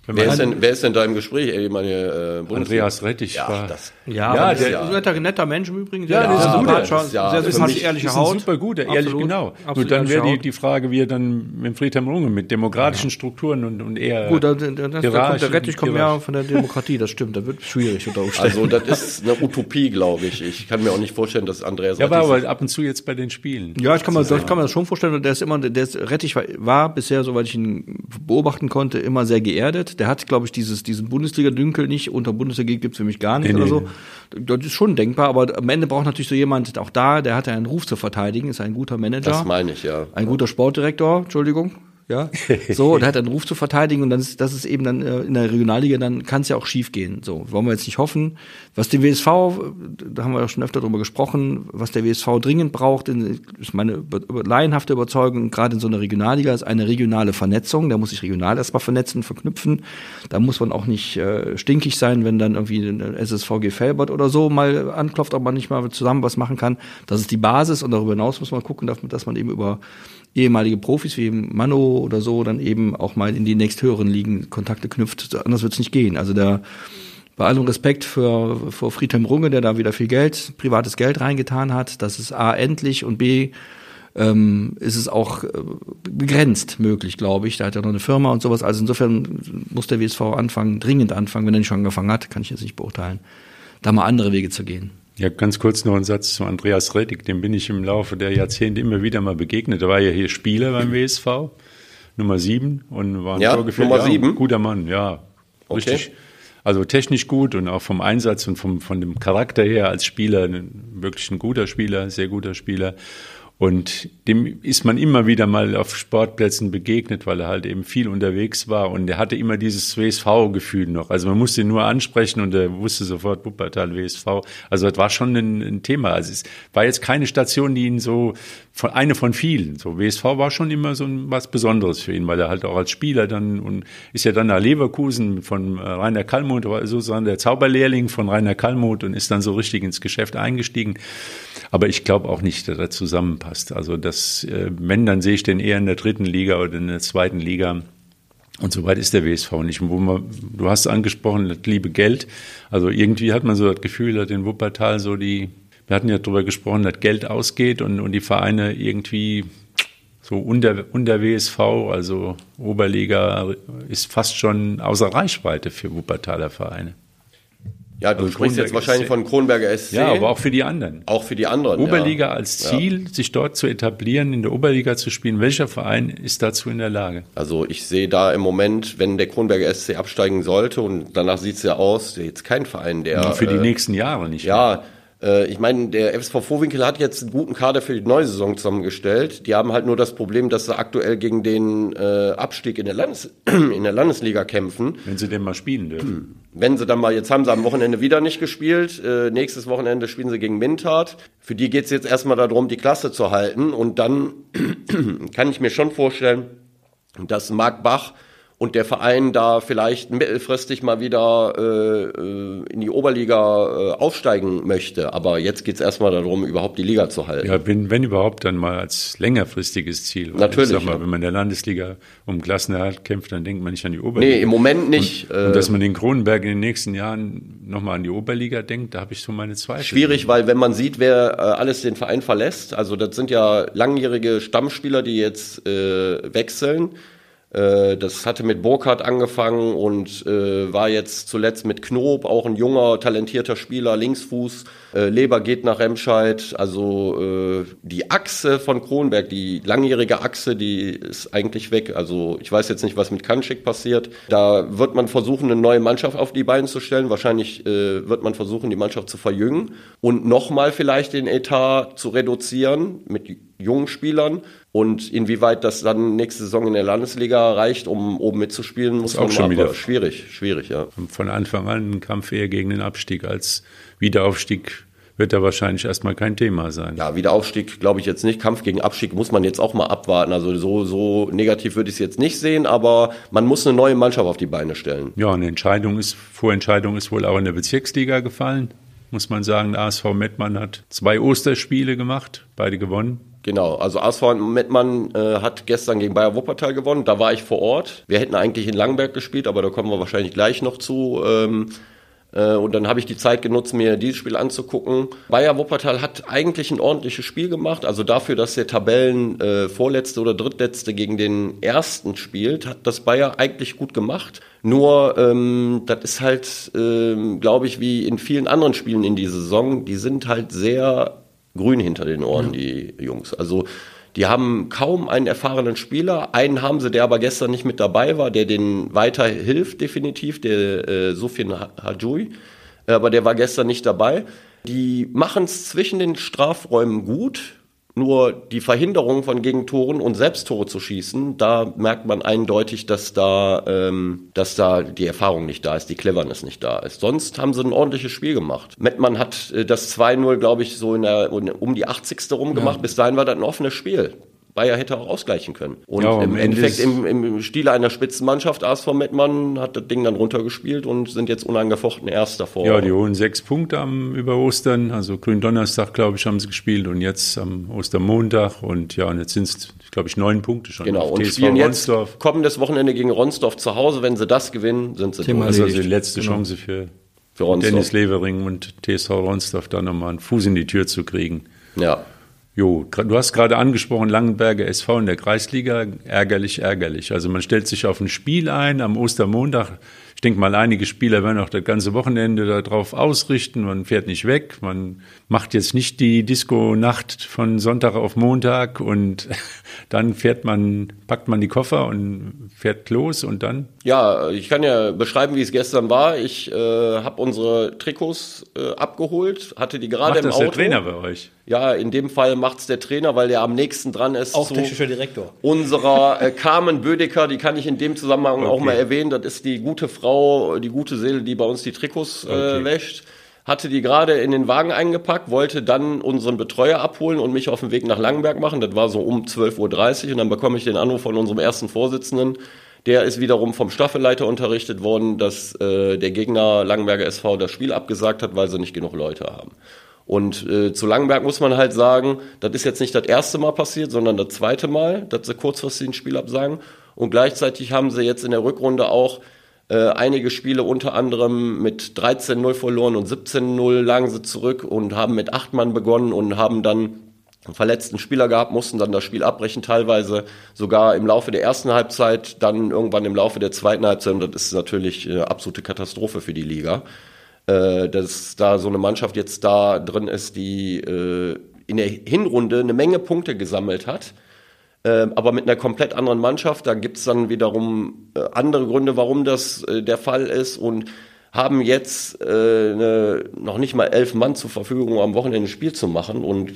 Wer ist denn da im Gespräch?
Andreas Rettich.
Der ist ein netter Mensch im Übrigen.
Sehr
sympathisch, ehrliche Haut.
Super gut, ehrlich, genau. Nur dann wäre die Frage, wie er dann mit Friedhelm Runge, mit demokratischen Strukturen und eher
gut, der Rettich kommt ja von der Demokratie, das stimmt, das wird schwierig unter Umständen.
Also das ist eine Utopie, glaube ich. Ich kann mir auch nicht vorstellen, dass Andreas Rettich...
Ja, aber ab und zu jetzt bei den Spielen.
Ja, ich kann mir das schon vorstellen. Rettich war bisher, soweit ich ihn beobachten konnte, immer sehr geerdet. Der hat, glaube ich, diesen Bundesliga-Dünkel nicht. Unter Bundesliga gibt's für mich gar nicht oder so. Das ist schon denkbar, aber am Ende braucht natürlich so jemand, auch da, der hat ja einen Ruf zu verteidigen, ist ein guter Manager.
Das meine ich, ja.
Ein guter Sportdirektor, Entschuldigung. Ja, so, der hat einen Ruf zu verteidigen und das ist eben dann in der Regionalliga, dann kann es ja auch schief gehen. So, wollen wir jetzt nicht hoffen. Was den WSV, da haben wir ja schon öfter drüber gesprochen, was der WSV dringend braucht, ist meine laienhafte Überzeugung, gerade in so einer Regionalliga, ist eine regionale Vernetzung. Da muss sich regional erstmal vernetzen, verknüpfen. Da muss man auch nicht stinkig sein, wenn dann irgendwie ein SSVG Velbert oder so mal anklopft, ob man nicht mal zusammen was machen kann. Das ist die Basis und darüber hinaus muss man gucken, dass man eben über ehemalige Profis wie Mano oder so dann eben auch mal in die nächsthöheren Ligen Kontakte knüpft. Anders wird es nicht gehen. Also bei allem Respekt vor Friedhelm Runge, der da wieder viel privates Geld reingetan hat, das ist A, endlich und B, ist es auch begrenzt möglich, glaube ich. Da hat er noch eine Firma und sowas. Also insofern muss der WSV dringend anfangen, wenn er nicht schon angefangen hat, kann ich jetzt nicht beurteilen, da mal andere Wege zu gehen.
Ja, ganz kurz noch ein Satz zu Andreas Rettig, dem bin ich im Laufe der Jahrzehnte immer wieder mal begegnet. Er war ja hier Spieler beim WSV, Nummer 7 und war ein Torgefährder.
Nummer 7?
Guter Mann, ja,
okay.
Richtig. Also technisch gut und auch vom Einsatz und von dem Charakter her als Spieler wirklich ein guter Spieler, sehr guter Spieler. Und dem ist man immer wieder mal auf Sportplätzen begegnet, weil er halt eben viel unterwegs war und er hatte immer dieses WSV-Gefühl noch. Also man musste ihn nur ansprechen und er wusste sofort Wuppertal WSV. Also das war schon ein Thema. Also es war jetzt keine Station, die ihn so, eine von vielen. So WSV war schon immer so was Besonderes für ihn, weil er halt auch als Spieler dann und ist ja dann nach Leverkusen von Rainer Kallmuth, war sozusagen der Zauberlehrling von Rainer Kallmuth und ist dann so richtig ins Geschäft eingestiegen. Aber ich glaube auch nicht, dass er zusammenpasst. Also wenn, dann sehe ich den eher in der 3. Liga oder in der 2. Liga. Und so weit ist der WSV nicht. Und du hast angesprochen, das liebe Geld. Also irgendwie hat man so das Gefühl, dass in Wuppertal wir hatten ja darüber gesprochen, dass Geld ausgeht und die Vereine irgendwie so unter WSV, also Oberliga, ist fast schon außer Reichweite für Wuppertaler Vereine.
Ja, du sprichst jetzt wahrscheinlich von Kronberger SC.
Ja, aber auch für die anderen.
Auch für die anderen,
Oberliga als Ziel, sich dort zu etablieren, in der Oberliga zu spielen. Welcher Verein ist dazu in der Lage?
Also ich sehe da im Moment, wenn der Kronberger SC absteigen sollte und danach sieht es ja aus, jetzt kein Verein, der...
Für die nächsten Jahre nicht.
Ja, ich meine, der FSV Vohwinkel hat jetzt einen guten Kader für die neue Saison zusammengestellt. Die haben halt nur das Problem, dass sie aktuell gegen den Abstieg in der Landesliga kämpfen.
Wenn sie den mal spielen dürfen.
Wenn sie dann mal, jetzt haben sie am Wochenende wieder nicht gespielt. Nächstes Wochenende spielen sie gegen Mintat. Für die geht es jetzt erstmal darum, die Klasse zu halten. Und dann kann ich mir schon vorstellen, dass Marc Bach und der Verein da vielleicht mittelfristig mal wieder in die Oberliga aufsteigen möchte. Aber jetzt geht's erstmal darum, überhaupt die Liga zu halten.
Ja, wenn überhaupt, dann mal als längerfristiges Ziel.
Natürlich.
Ich sag mal, wenn man in der Landesliga um Klassenerhalt kämpft, dann denkt man nicht an die Oberliga.
Nee, im Moment nicht.
Und dass man in Kronenberg in den nächsten Jahren nochmal an die Oberliga denkt, da habe ich so meine Zweifel.
Schwierig, weil wenn man sieht, wer alles den Verein verlässt, also das sind ja langjährige Stammspieler, die jetzt wechseln. Das hatte mit Burkhardt angefangen und war jetzt zuletzt mit Knob, auch ein junger, talentierter Spieler, Linksfuß. Leber geht nach Remscheid. Also die Achse von Kronberg, die langjährige Achse, die ist eigentlich weg. Also ich weiß jetzt nicht, was mit Kanschik passiert. Da wird man versuchen, eine neue Mannschaft auf die Beine zu stellen. Wahrscheinlich wird man versuchen, die Mannschaft zu verjüngen und nochmal vielleicht den Etat zu reduzieren mit jungen Spielern. Und inwieweit das dann nächste Saison in der Landesliga reicht, um oben mitzuspielen, muss man schon wieder. Schwierig, ja.
Von Anfang an ein Kampf eher gegen den Abstieg als Wiederaufstieg wird da wahrscheinlich erstmal kein Thema sein.
Ja, Wiederaufstieg glaube ich jetzt nicht. Kampf gegen Abstieg muss man jetzt auch mal abwarten. Also so negativ würde ich es jetzt nicht sehen, aber man muss eine neue Mannschaft auf die Beine stellen.
Ja, Vorentscheidung ist wohl auch in der Bezirksliga gefallen, muss man sagen. Der ASV Mettmann hat 2 Osterspiele gemacht, beide gewonnen.
Genau, also ASV Mettmann hat gestern gegen Bayer Wuppertal gewonnen, da war ich vor Ort. Wir hätten eigentlich in Langenberg gespielt, aber da kommen wir wahrscheinlich gleich noch zu. Und dann habe ich die Zeit genutzt, mir dieses Spiel anzugucken. Bayer Wuppertal hat eigentlich ein ordentliches Spiel gemacht. Also dafür, dass der Tabellenvorletzte oder Drittletzte gegen den Ersten spielt, hat das Bayer eigentlich gut gemacht. Nur, das ist halt, glaube ich, wie in vielen anderen Spielen in dieser Saison, die sind halt sehr grün hinter den Ohren, die Jungs. Also die haben kaum einen erfahrenen Spieler. Einen haben sie, der aber gestern nicht mit dabei war, der denen weiterhilft definitiv, der Sufjan Hadjoui. Aber der war gestern nicht dabei. Die machen es zwischen den Strafräumen gut. Nur die Verhinderung von Gegentoren und Selbsttore zu schießen, da merkt man eindeutig, dass da die Erfahrung nicht da ist, die Cleverness nicht da ist. Sonst haben sie ein ordentliches Spiel gemacht. Mettmann hat das 2-0, glaube ich, so um die 80. rum gemacht. Bis dahin war das ein offenes Spiel. Bayer hätte auch ausgleichen können. Und im Endeffekt im Stile einer Spitzenmannschaft, ASV Mettmann, hat das Ding dann runtergespielt und sind jetzt unangefochten Erster vor.
Ja, die holen 6 Punkte über Ostern, also Gründonnerstag, glaube ich, haben sie gespielt und jetzt am Ostermontag und jetzt sind es, glaube ich, 9 Punkte schon.
Genau, und spielen jetzt kommendes Wochenende gegen Ronsdorf zu Hause. Wenn sie das gewinnen, sind sie durch.
Also die letzte Chance für Dennis Levering und TSV Ronsdorf, da nochmal einen Fuß in die Tür zu kriegen.
Ja.
Jo, du hast gerade angesprochen, Langenberger SV in der Kreisliga, ärgerlich. Also man stellt sich auf ein Spiel ein am Ostermontag. Ich denke mal, einige Spieler werden auch das ganze Wochenende darauf ausrichten. Man fährt nicht weg, man macht jetzt nicht die Disco-Nacht von Sonntag auf Montag und dann packt man die Koffer und fährt los und dann?
Ja, ich kann ja beschreiben, wie es gestern war. Ich habe unsere Trikots abgeholt, hatte die gerade im Auto.
Macht das der Trainer bei euch?
Ja, in dem Fall macht's der Trainer, weil der am nächsten dran ist.
Auch technischer Direktor.
Unserer Carmen Bödecker, die kann ich in dem Zusammenhang auch mal erwähnen. Das ist die gute Frau, die gute Seele, die bei uns die Trikots wäscht. Hatte die gerade in den Wagen eingepackt, wollte dann unseren Betreuer abholen und mich auf den Weg nach Langenberg machen. Das war so um 12.30 Uhr und dann bekomme ich den Anruf von unserem ersten Vorsitzenden. Der ist wiederum vom Staffelleiter unterrichtet worden, dass der Gegner Langenberger SV das Spiel abgesagt hat, weil sie nicht genug Leute haben. Und zu Langenberg muss man halt sagen, das ist jetzt nicht das erste Mal passiert, sondern das zweite Mal, dass sie kurzfristig ein Spiel absagen. Und gleichzeitig haben sie jetzt in der Rückrunde auch einige Spiele unter anderem mit 13-0 verloren und 17-0 lagen sie zurück und haben mit 8 Mann begonnen und haben dann einen verletzten Spieler gehabt, mussten dann das Spiel abbrechen, teilweise sogar im Laufe der ersten Halbzeit, dann irgendwann im Laufe der zweiten Halbzeit. Und das ist natürlich eine absolute Katastrophe für die Liga. Dass da so eine Mannschaft jetzt da drin ist, die in der Hinrunde eine Menge Punkte gesammelt hat, aber mit einer komplett anderen Mannschaft. Da gibt's dann wiederum andere Gründe, warum das der Fall ist und haben jetzt noch nicht mal 11 Mann zur Verfügung, um am Wochenende ein Spiel zu machen und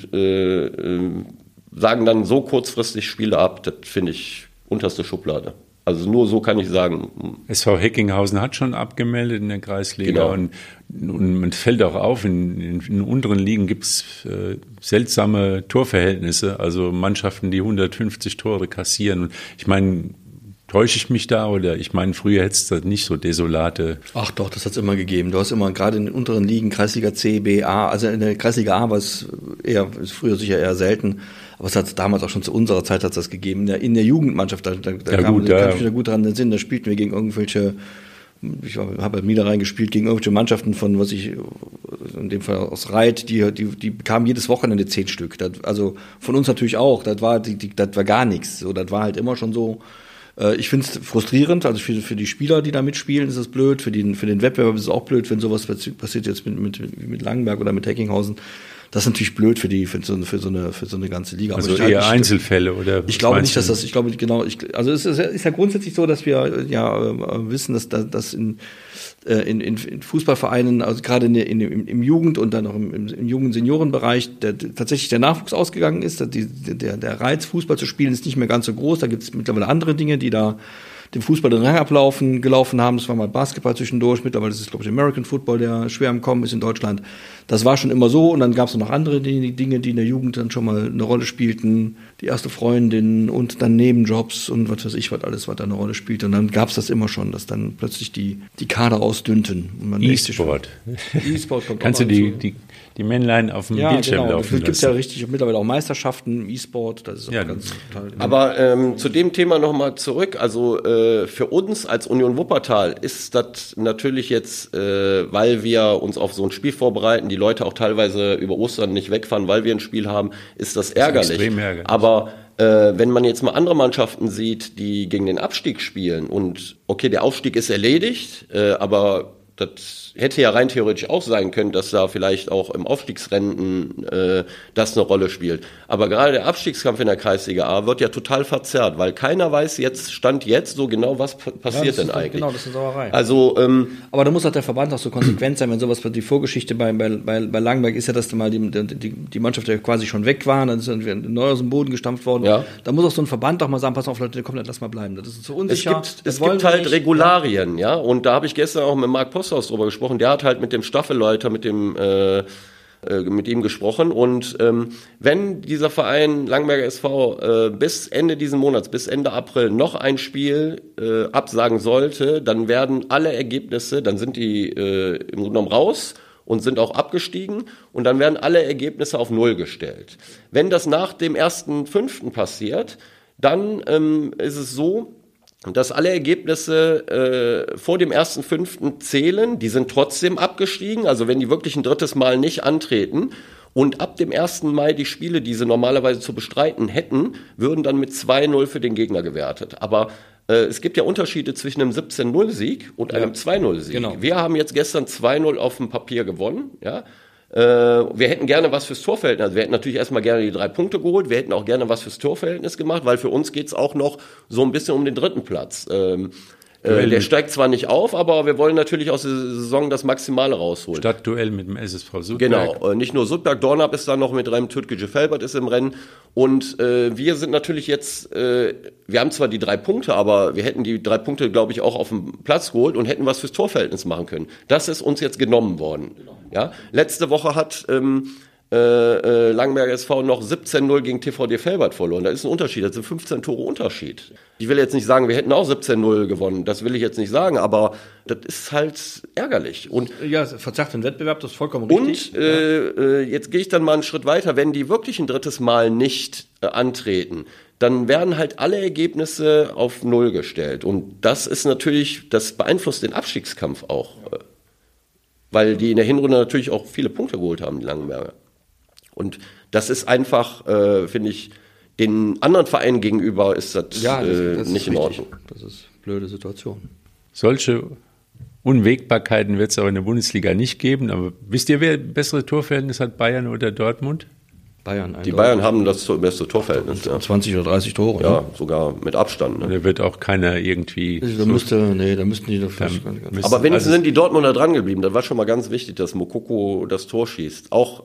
sagen dann so kurzfristig Spiele ab. Das finde ich unterste Schublade. Also nur so kann ich sagen.
SV Heckinghausen hat schon abgemeldet in der Kreisliga.
Genau.
Und man fällt auch auf, in unteren Ligen gibt es seltsame Torverhältnisse, also Mannschaften, die 150 Tore kassieren. Und ich meine, täusche ich mich da oder ich meine, früher hätte es da nicht so desolate.
Ach doch, das hat es immer gegeben. Du hast immer gerade in den unteren Ligen, Kreisliga C, B, A, also in der Kreisliga A war es früher sicher eher selten. Aber es hat damals auch schon zu unserer Zeit hat es das gegeben. In der Jugendmannschaft, da kann ich mich wieder gut dran entsinnen, da spielten wir gegen irgendwelche, ich habe bei Niederrhein gespielt, gegen irgendwelche Mannschaften von, in dem Fall aus Reit, die bekamen jedes Wochenende 10 Stück. Also von uns natürlich auch, das war gar nichts. So, das war halt immer schon so. Ich finde es frustrierend, also für die Spieler, die da mitspielen, ist es blöd, für den Wettbewerb ist es auch blöd, wenn sowas passiert jetzt mit Langenberg oder mit Heckinghausen. Das ist natürlich blöd für so eine ganze Liga.
Also eher Einzelfälle oder?
Ich glaube nicht, dass also es ist ja grundsätzlich so, dass wir wissen, dass in Fußballvereinen, also gerade im Jugend und dann auch im Jugend-Seniorenbereich, tatsächlich der Nachwuchs ausgegangen ist. Der Reiz, Fußball zu spielen, ist nicht mehr ganz so groß. Da gibt es mittlerweile andere Dinge, die da dem Fußball den Rang gelaufen haben. Das war mal Basketball zwischendurch. Mittlerweile ist es, glaube ich, American Football, der schwer am Kommen ist in Deutschland. Das war schon immer so. Und dann gab es noch andere Dinge, die in der Jugend dann schon mal eine Rolle spielten. Die erste Freundin und dann Nebenjobs und was weiß ich, was alles, was da eine Rolle spielte. Und dann gab es das immer schon, dass dann plötzlich die Kader ausdünnten.
E-Sport.
E-Sport kommt
Kannst du die die Männlein auf dem Bildschirm laufen lassen.
Es gibt ja richtig mittlerweile auch Meisterschaften im E-Sport, das ist auch ganz total.
Aber zu dem Thema nochmal zurück, also für uns als Union Wuppertal ist das natürlich jetzt, weil wir uns auf so ein Spiel vorbereiten, die Leute auch teilweise über Ostern nicht wegfahren, weil wir ein Spiel haben, ist das ärgerlich.
Extrem ärgerlich.
Aber wenn man jetzt mal andere Mannschaften sieht, die gegen den Abstieg spielen und okay, der Aufstieg ist erledigt, aber das hätte ja rein theoretisch auch sein können, dass da vielleicht auch im Aufstiegsrennen das eine Rolle spielt. Aber gerade der Abstiegskampf in der Kreisliga A wird ja total verzerrt, weil keiner weiß Stand jetzt so genau, was passiert denn eigentlich.
Genau, das ist eine Sauerei.
Also,
aber da muss auch der Verband auch so konsequent sein, wenn sowas, die Vorgeschichte bei Langenberg ist ja, dass da mal die Mannschaft ja quasi schon weg war, dann ist neu aus dem Boden gestampft worden. Ja. Da muss auch so ein Verband auch mal sagen, pass auf Leute, komm, lass mal bleiben. Das ist so unsicher.
Es gibt halt Regularien, ja, und da habe ich gestern auch mit Marc Posthaus drüber gesprochen. Der hat halt mit dem Staffelleiter, mit ihm gesprochen und wenn dieser Verein Langenberger SV bis Ende diesen Monats, bis Ende April noch ein Spiel absagen sollte, dann werden alle Ergebnisse, dann sind die im Grunde genommen raus und sind auch abgestiegen und dann werden alle Ergebnisse auf Null gestellt. Wenn das nach dem 1.5. passiert, dann ist es so, dass alle Ergebnisse vor dem 1.5. zählen, die sind trotzdem abgestiegen, also wenn die wirklich ein drittes Mal nicht antreten und ab dem 1. Mai die Spiele, die sie normalerweise zu bestreiten hätten, würden dann mit 2-0 für den Gegner gewertet. Aber es gibt ja Unterschiede zwischen einem 17-0-Sieg und einem 2-0-Sieg. Genau. Wir haben jetzt gestern 2-0 auf dem Papier gewonnen, ja. Wir hätten gerne was fürs Torverhältnis, also wir hätten natürlich erstmal gerne die 3 Punkte geholt, wir hätten auch gerne was fürs Torverhältnis gemacht, weil für uns geht's auch noch so ein bisschen um den 3. Platz. Der steigt zwar nicht auf, aber wir wollen natürlich aus der Saison das Maximale rausholen.
Stadtduell mit dem SSV Sudberg.
Genau, nicht nur Sudberg, Dornab ist da noch mit drin, Türkgücü Velbert ist im Rennen und wir sind natürlich jetzt, wir haben zwar die 3 Punkte, aber wir hätten die 3 Punkte, glaube ich, auch auf den Platz geholt und hätten was fürs Torverhältnis machen können. Das ist uns jetzt genommen worden. Genau. Ja? Letzte Woche hat Langenberger SV noch 17-0 gegen TVD Velbert verloren. Da ist ein Unterschied, das sind 15 Tore Unterschied. Ich will jetzt nicht sagen, wir hätten auch 17-0 gewonnen, das will ich jetzt nicht sagen, aber das ist halt ärgerlich. Und
ja, verzerrt den Wettbewerb, das ist vollkommen richtig.
Und jetzt gehe ich dann mal einen Schritt weiter, wenn die wirklich ein drittes Mal nicht antreten, dann werden halt alle Ergebnisse auf Null gestellt. Und das ist natürlich, das beeinflusst den Abstiegskampf auch. Weil die in der Hinrunde natürlich auch viele Punkte geholt haben, die Langenberger. Und das ist einfach, finde ich, den anderen Vereinen gegenüber ist das nicht in Ordnung.
Das ist eine blöde Situation.
Solche Unwägbarkeiten wird es aber in der Bundesliga nicht geben. Aber wisst ihr, wer bessere Torverhältnis hat, Bayern oder Dortmund?
Bayern.
Die Bayern haben das beste Torverhältnis.
Ja. 20 oder 30 Tore.
Ja, sogar mit Abstand. Ne?
Da wird auch keiner irgendwie...
Da müssten die...
Aber wenigstens sind die Dortmunder dran geblieben. Das war schon mal ganz wichtig, dass Mokoko das Tor schießt. Auch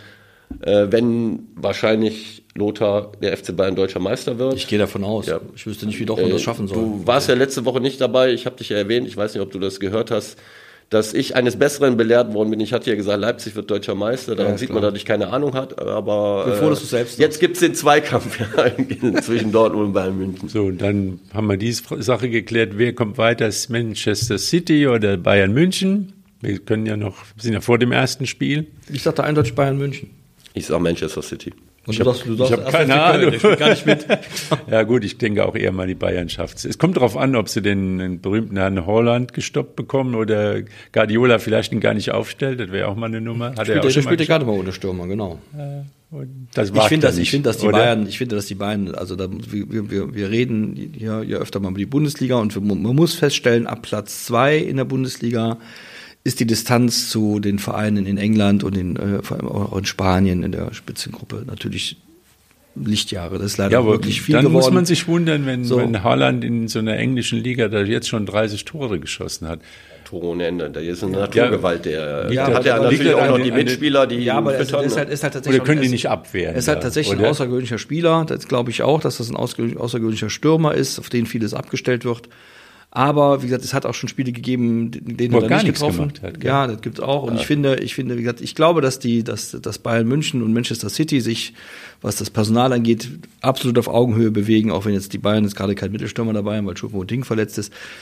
wenn wahrscheinlich Lothar, der FC Bayern, deutscher Meister wird.
Ich gehe davon aus. Ja. Ich wüsste nicht, wie Dortmund das schaffen soll.
Du warst ja letzte Woche nicht dabei. Ich habe dich ja erwähnt. Ich weiß nicht, ob du das gehört hast, dass ich eines Besseren belehrt worden bin. Ich hatte ja gesagt, Leipzig wird deutscher Meister. Daran sieht man, dass ich keine Ahnung hat. Aber jetzt gibt's den Zweikampf zwischen Dortmund und Bayern München.
So, und dann haben wir die Sache geklärt. Wer kommt weiter? Ist Manchester City oder Bayern München? Wir sind ja vor dem ersten Spiel.
Ich sagte eindeutig Bayern München.
Ich sage Manchester City.
Und du sagst,
ich habe keine Ahnung. Ich gar nicht mit. Ja gut, ich denke auch eher mal die Bayern schafft's. Es kommt darauf an, ob sie den berühmten Herrn Holland gestoppt bekommen oder Guardiola vielleicht ihn gar nicht aufstellt. Das wäre auch mal eine Nummer.
Der spielt gerade mal ohne Stürmer, genau. Ich finde, dass die Bayern, also wir reden hier öfter mal über die Bundesliga und man muss feststellen, ab Platz 2 in der Bundesliga ist die Distanz zu den Vereinen in England und vor allem auch in Spanien in der Spitzengruppe natürlich Lichtjahre. Das ist leider wirklich viel geworden.
Dann muss man sich wundern, wenn Haaland in so einer englischen Liga da jetzt schon 30 Tore geschossen hat.
Tore ohne Ende. Da ist eine Naturgewalt. Der hat ja natürlich auch noch die Mitspieler, die
ja, aber ist halt tatsächlich
oder können die nicht abwehren?
Er ist halt tatsächlich ein außergewöhnlicher Spieler. Das glaube ich auch, dass das ein außergewöhnlicher Stürmer ist, auf den vieles abgestellt wird. Aber, wie gesagt, es hat auch schon Spiele gegeben, denen er nicht getroffen hat. Ja, das gibt's auch. Und ich finde, wie gesagt, ich glaube, dass Bayern München und Manchester City sich, was das Personal angeht, absolut auf Augenhöhe bewegen, auch wenn jetzt die Bayern jetzt gerade kein Mittelstürmer dabei haben, weil Choupo-Moting verletzt ist.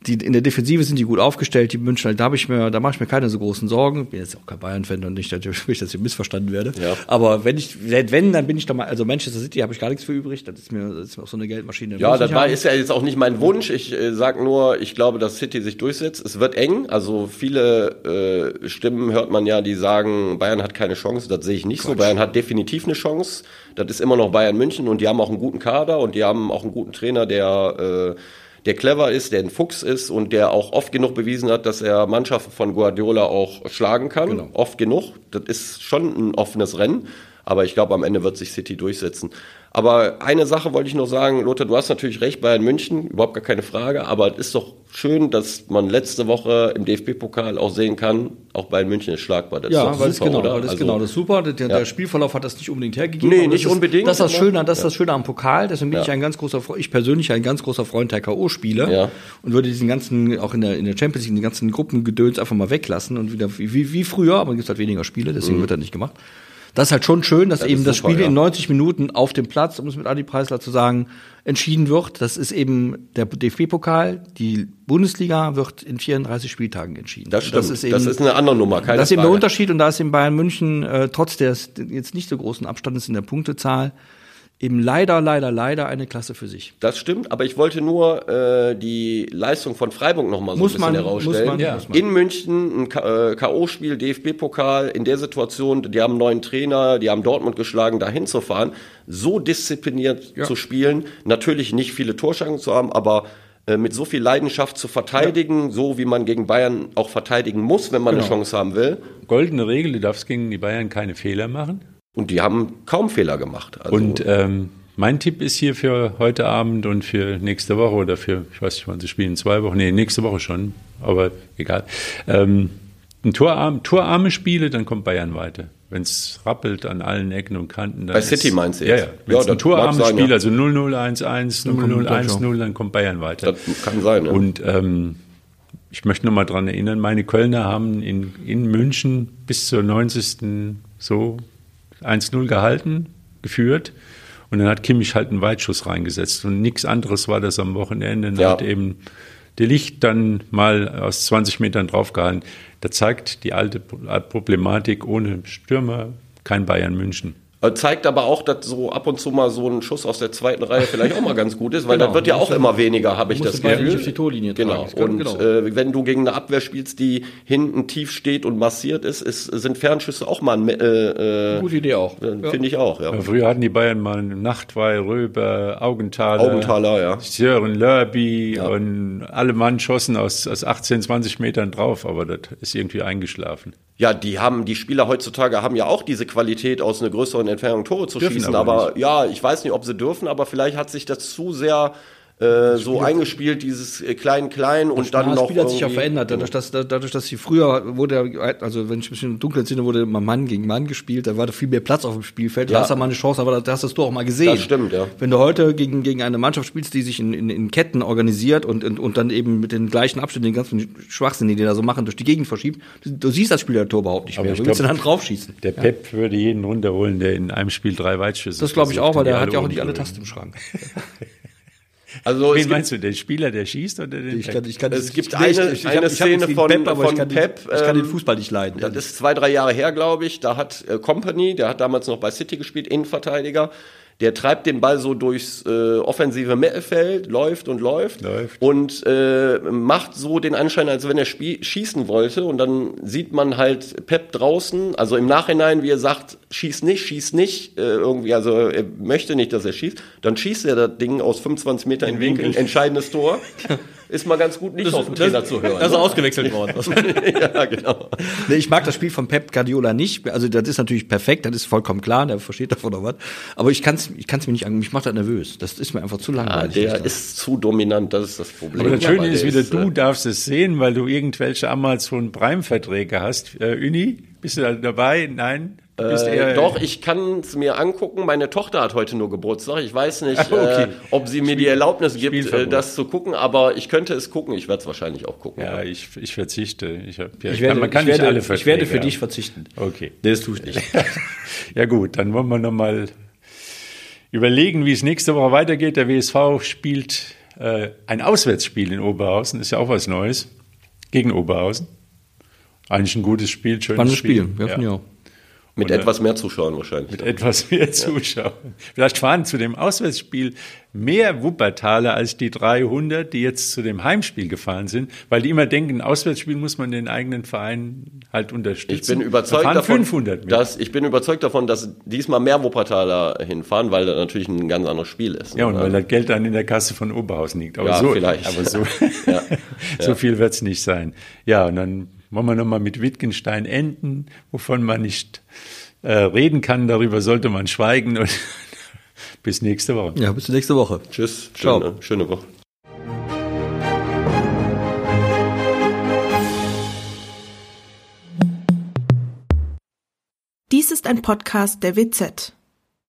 in der Defensive sind die gut aufgestellt, die Münchner, da mache ich mir keine so großen Sorgen. Bin jetzt auch kein Bayern-Fan und nicht, dass ich missverstanden werde. Ja. Aber wenn, dann bin ich da mal, also Manchester City habe ich gar nichts für übrig, das ist mir auch so eine Geldmaschine.
Ja, ist ja jetzt auch nicht mein Wunsch. Ich sag nur, ich glaube, dass City sich durchsetzt. Es wird eng, also viele Stimmen hört man ja, die sagen, Bayern hat keine Chance. Das sehe ich nicht so. Bayern hat definitiv eine Chance. Das ist immer noch Bayern München und die haben auch einen guten Kader und die haben auch einen guten Trainer, der clever ist, der ein Fuchs ist und der auch oft genug bewiesen hat, dass er Mannschaften von Guardiola auch schlagen kann. Genau. Oft genug. Das ist schon ein offenes Rennen. Aber ich glaube, am Ende wird sich City durchsetzen. Aber eine Sache wollte ich noch sagen, Lothar, du hast natürlich recht, Bayern München, überhaupt gar keine Frage. Aber es ist doch schön, dass man letzte Woche im DFB-Pokal auch sehen kann, auch Bayern München ist schlagbar. Das
ja,
ist
weil super, das ist super. Der Spielverlauf hat das nicht unbedingt hergegeben.
Nee, nicht unbedingt.
Das ist das Schöne am Pokal. Deswegen bin ich persönlich ein ganz großer Freund der K.O.-Spiele und würde diesen ganzen, auch in der Champions League, den ganzen Gruppengedöns einfach mal weglassen und wieder wie früher, aber es gibt halt weniger Spiele, deswegen wird das nicht gemacht. Das ist halt schon schön, dass eben das Spiel in 90 Minuten auf dem Platz, um es mit Adi Preisler zu sagen, entschieden wird. Das ist eben der DFB-Pokal. Die Bundesliga wird in 34 Spieltagen entschieden.
Das stimmt. Das ist eine andere Nummer, keine Frage.
Das ist eben der Unterschied und da ist eben Bayern München trotz des jetzt nicht so großen Abstandes in der Punktezahl eben leider eine Klasse für sich.
Das stimmt, aber ich wollte nur die Leistung von Freiburg noch mal so ein bisschen herausstellen. In München ein K.O.-Spiel, DFB-Pokal, in der Situation, die haben einen neuen Trainer, die haben Dortmund geschlagen, da hinzufahren, so diszipliniert zu spielen, natürlich nicht viele Torchancen zu haben, aber mit so viel Leidenschaft zu verteidigen, so wie man gegen Bayern auch verteidigen muss, wenn man eine Chance haben will.
Goldene Regel, du darfst gegen die Bayern keine Fehler machen.
Und die haben kaum Fehler gemacht. Also
und mein Tipp ist hier für heute Abend und für nächste Woche oder für, ich weiß nicht, wann sie spielen, 2 Wochen, nächste Woche schon, aber egal. Ein torarme Spiele, dann kommt Bayern weiter. Wenn es rappelt an allen Ecken und Kanten. Dann
bei City meinst du
jetzt? Ja. Wenn es ein torarmes Spiel, also 0-0, 1-1, 0-0, 1-0, dann kommt Bayern weiter.
Das kann sein, ja.
Und ich möchte noch mal daran erinnern, meine Kölner haben in München bis zur 90. so 1-0 gehalten, geführt und dann hat Kimmich halt einen Weitschuss reingesetzt und nichts anderes war das am Wochenende. Dann hat eben De Ligt dann mal aus 20 Metern draufgehalten. Das zeigt die alte Problematik ohne Stürmer, kein Bayern München.
Zeigt aber auch, dass so ab und zu mal so ein Schuss aus der zweiten Reihe vielleicht auch mal ganz gut ist, weil das wird ja auch immer weniger, habe ich das Gefühl.
Nicht auf die Torlinie
tragen. Und wenn du gegen eine Abwehr spielst, die hinten tief steht und massiert ist, sind Fernschüsse auch mal eine
gute Idee auch.
Finde ich auch, ja.
Aber früher hatten die Bayern mal Nachtwey, Röber, Augenthaler, Sören Lörby und alle Mann schossen aus 18, 20 Metern drauf, aber das ist irgendwie eingeschlafen.
Ja, die Spieler heutzutage haben ja auch diese Qualität, aus einer größeren Entfernung Tore zu schießen. Aber ja, ich weiß nicht, ob sie dürfen, aber vielleicht hat sich das zu sehr so eingespielt, dieses Klein und dann noch. Das Spiel
hat sich ja verändert, dadurch, dass sie früher also wenn ich ein bisschen dunkel entsinne, wurde mal Mann gegen Mann gespielt, da war da viel mehr Platz auf dem Spielfeld, da hast du mal eine Chance, aber da hast du es doch auch mal gesehen.
Das stimmt, ja.
Wenn du heute gegen eine Mannschaft spielst, die sich in Ketten organisiert und dann eben mit den gleichen Abständen, den ganzen Schwachsinn, den die da so machen, durch die Gegend verschiebt, du siehst das Spiel der Tor überhaupt nicht mehr. Du willst dann draufschießen.
Der Pep würde jeden runterholen, der in einem Spiel 3 Weitschüsse.
Das glaube ich auch, weil der hat ja auch nicht alle Tasten im Schrank.
Also wen meinst du, den Spieler, der schießt oder den
Es gibt eine Szene von Pep.
Ich kann den Fußball nicht leiden.
Das ist 2-3 Jahre her, glaube ich. Da hat Kompany, der hat damals noch bei City gespielt, Innenverteidiger. Der treibt den Ball so durchs offensive Mittelfeld, läuft und macht so den Anschein, als wenn er schießen wollte. Und dann sieht man halt Pep draußen, also im Nachhinein, wie er sagt, schieß nicht, irgendwie, also er möchte nicht, dass er schießt. Dann schießt er das Ding aus 25 Metern in Winkel, entscheidendes Tor. Ist mal ganz gut, nicht auf den Trainer zu hören.
Das ist ausgewechselt worden.
Ja, genau.
Nee, ich mag das Spiel von Pep Guardiola nicht. Also das ist natürlich perfekt, das ist vollkommen klar, der versteht davon noch was. Aber ich kann's mir nicht angehen, mich macht das nervös. Das ist mir einfach zu langweilig.
Der ist zu dominant, das ist das Problem.
Aber das Schöne ist wieder, du darfst es sehen, weil du irgendwelche Amazon Prime-Verträge hast. Uni, bist du da dabei? Nein?
Doch, ich kann es mir angucken. Meine Tochter hat heute nur Geburtstag. Ich weiß nicht, ob sie mir die Erlaubnis gibt, das zu gucken, aber ich könnte es gucken. Ich werde es wahrscheinlich auch gucken.
Ja, ich verzichte. Ich
werde für dich verzichten.
Okay.
Das tue ich nicht.
Ja gut, dann wollen wir nochmal überlegen, wie es nächste Woche weitergeht. Der WSV spielt ein Auswärtsspiel in Oberhausen, ist ja auch was Neues, gegen Oberhausen. Eigentlich ein gutes Spiel, schönes Spiel.
Ja. Mit etwas mehr Zuschauern wahrscheinlich.
Mit etwas mehr Zuschauern. Vielleicht fahren zu dem Auswärtsspiel mehr Wuppertaler als die 300, die jetzt zu dem Heimspiel gefahren sind, weil die immer denken, ein Auswärtsspiel muss man den eigenen Verein halt unterstützen.
Ich bin überzeugt davon, dass diesmal mehr Wuppertaler hinfahren, weil das natürlich ein ganz anderes Spiel ist.
Ja, und weil das Geld dann in der Kasse von Oberhausen liegt. Aber
vielleicht.
Aber so viel wird es nicht sein. Ja, und dann wollen wir nochmal mit Wittgenstein enden, wovon man nicht reden kann, darüber sollte man schweigen. Und bis nächste Woche.
Ja, bis nächste Woche.
Tschüss. Schöne Woche.
Dies ist ein Podcast der WZ.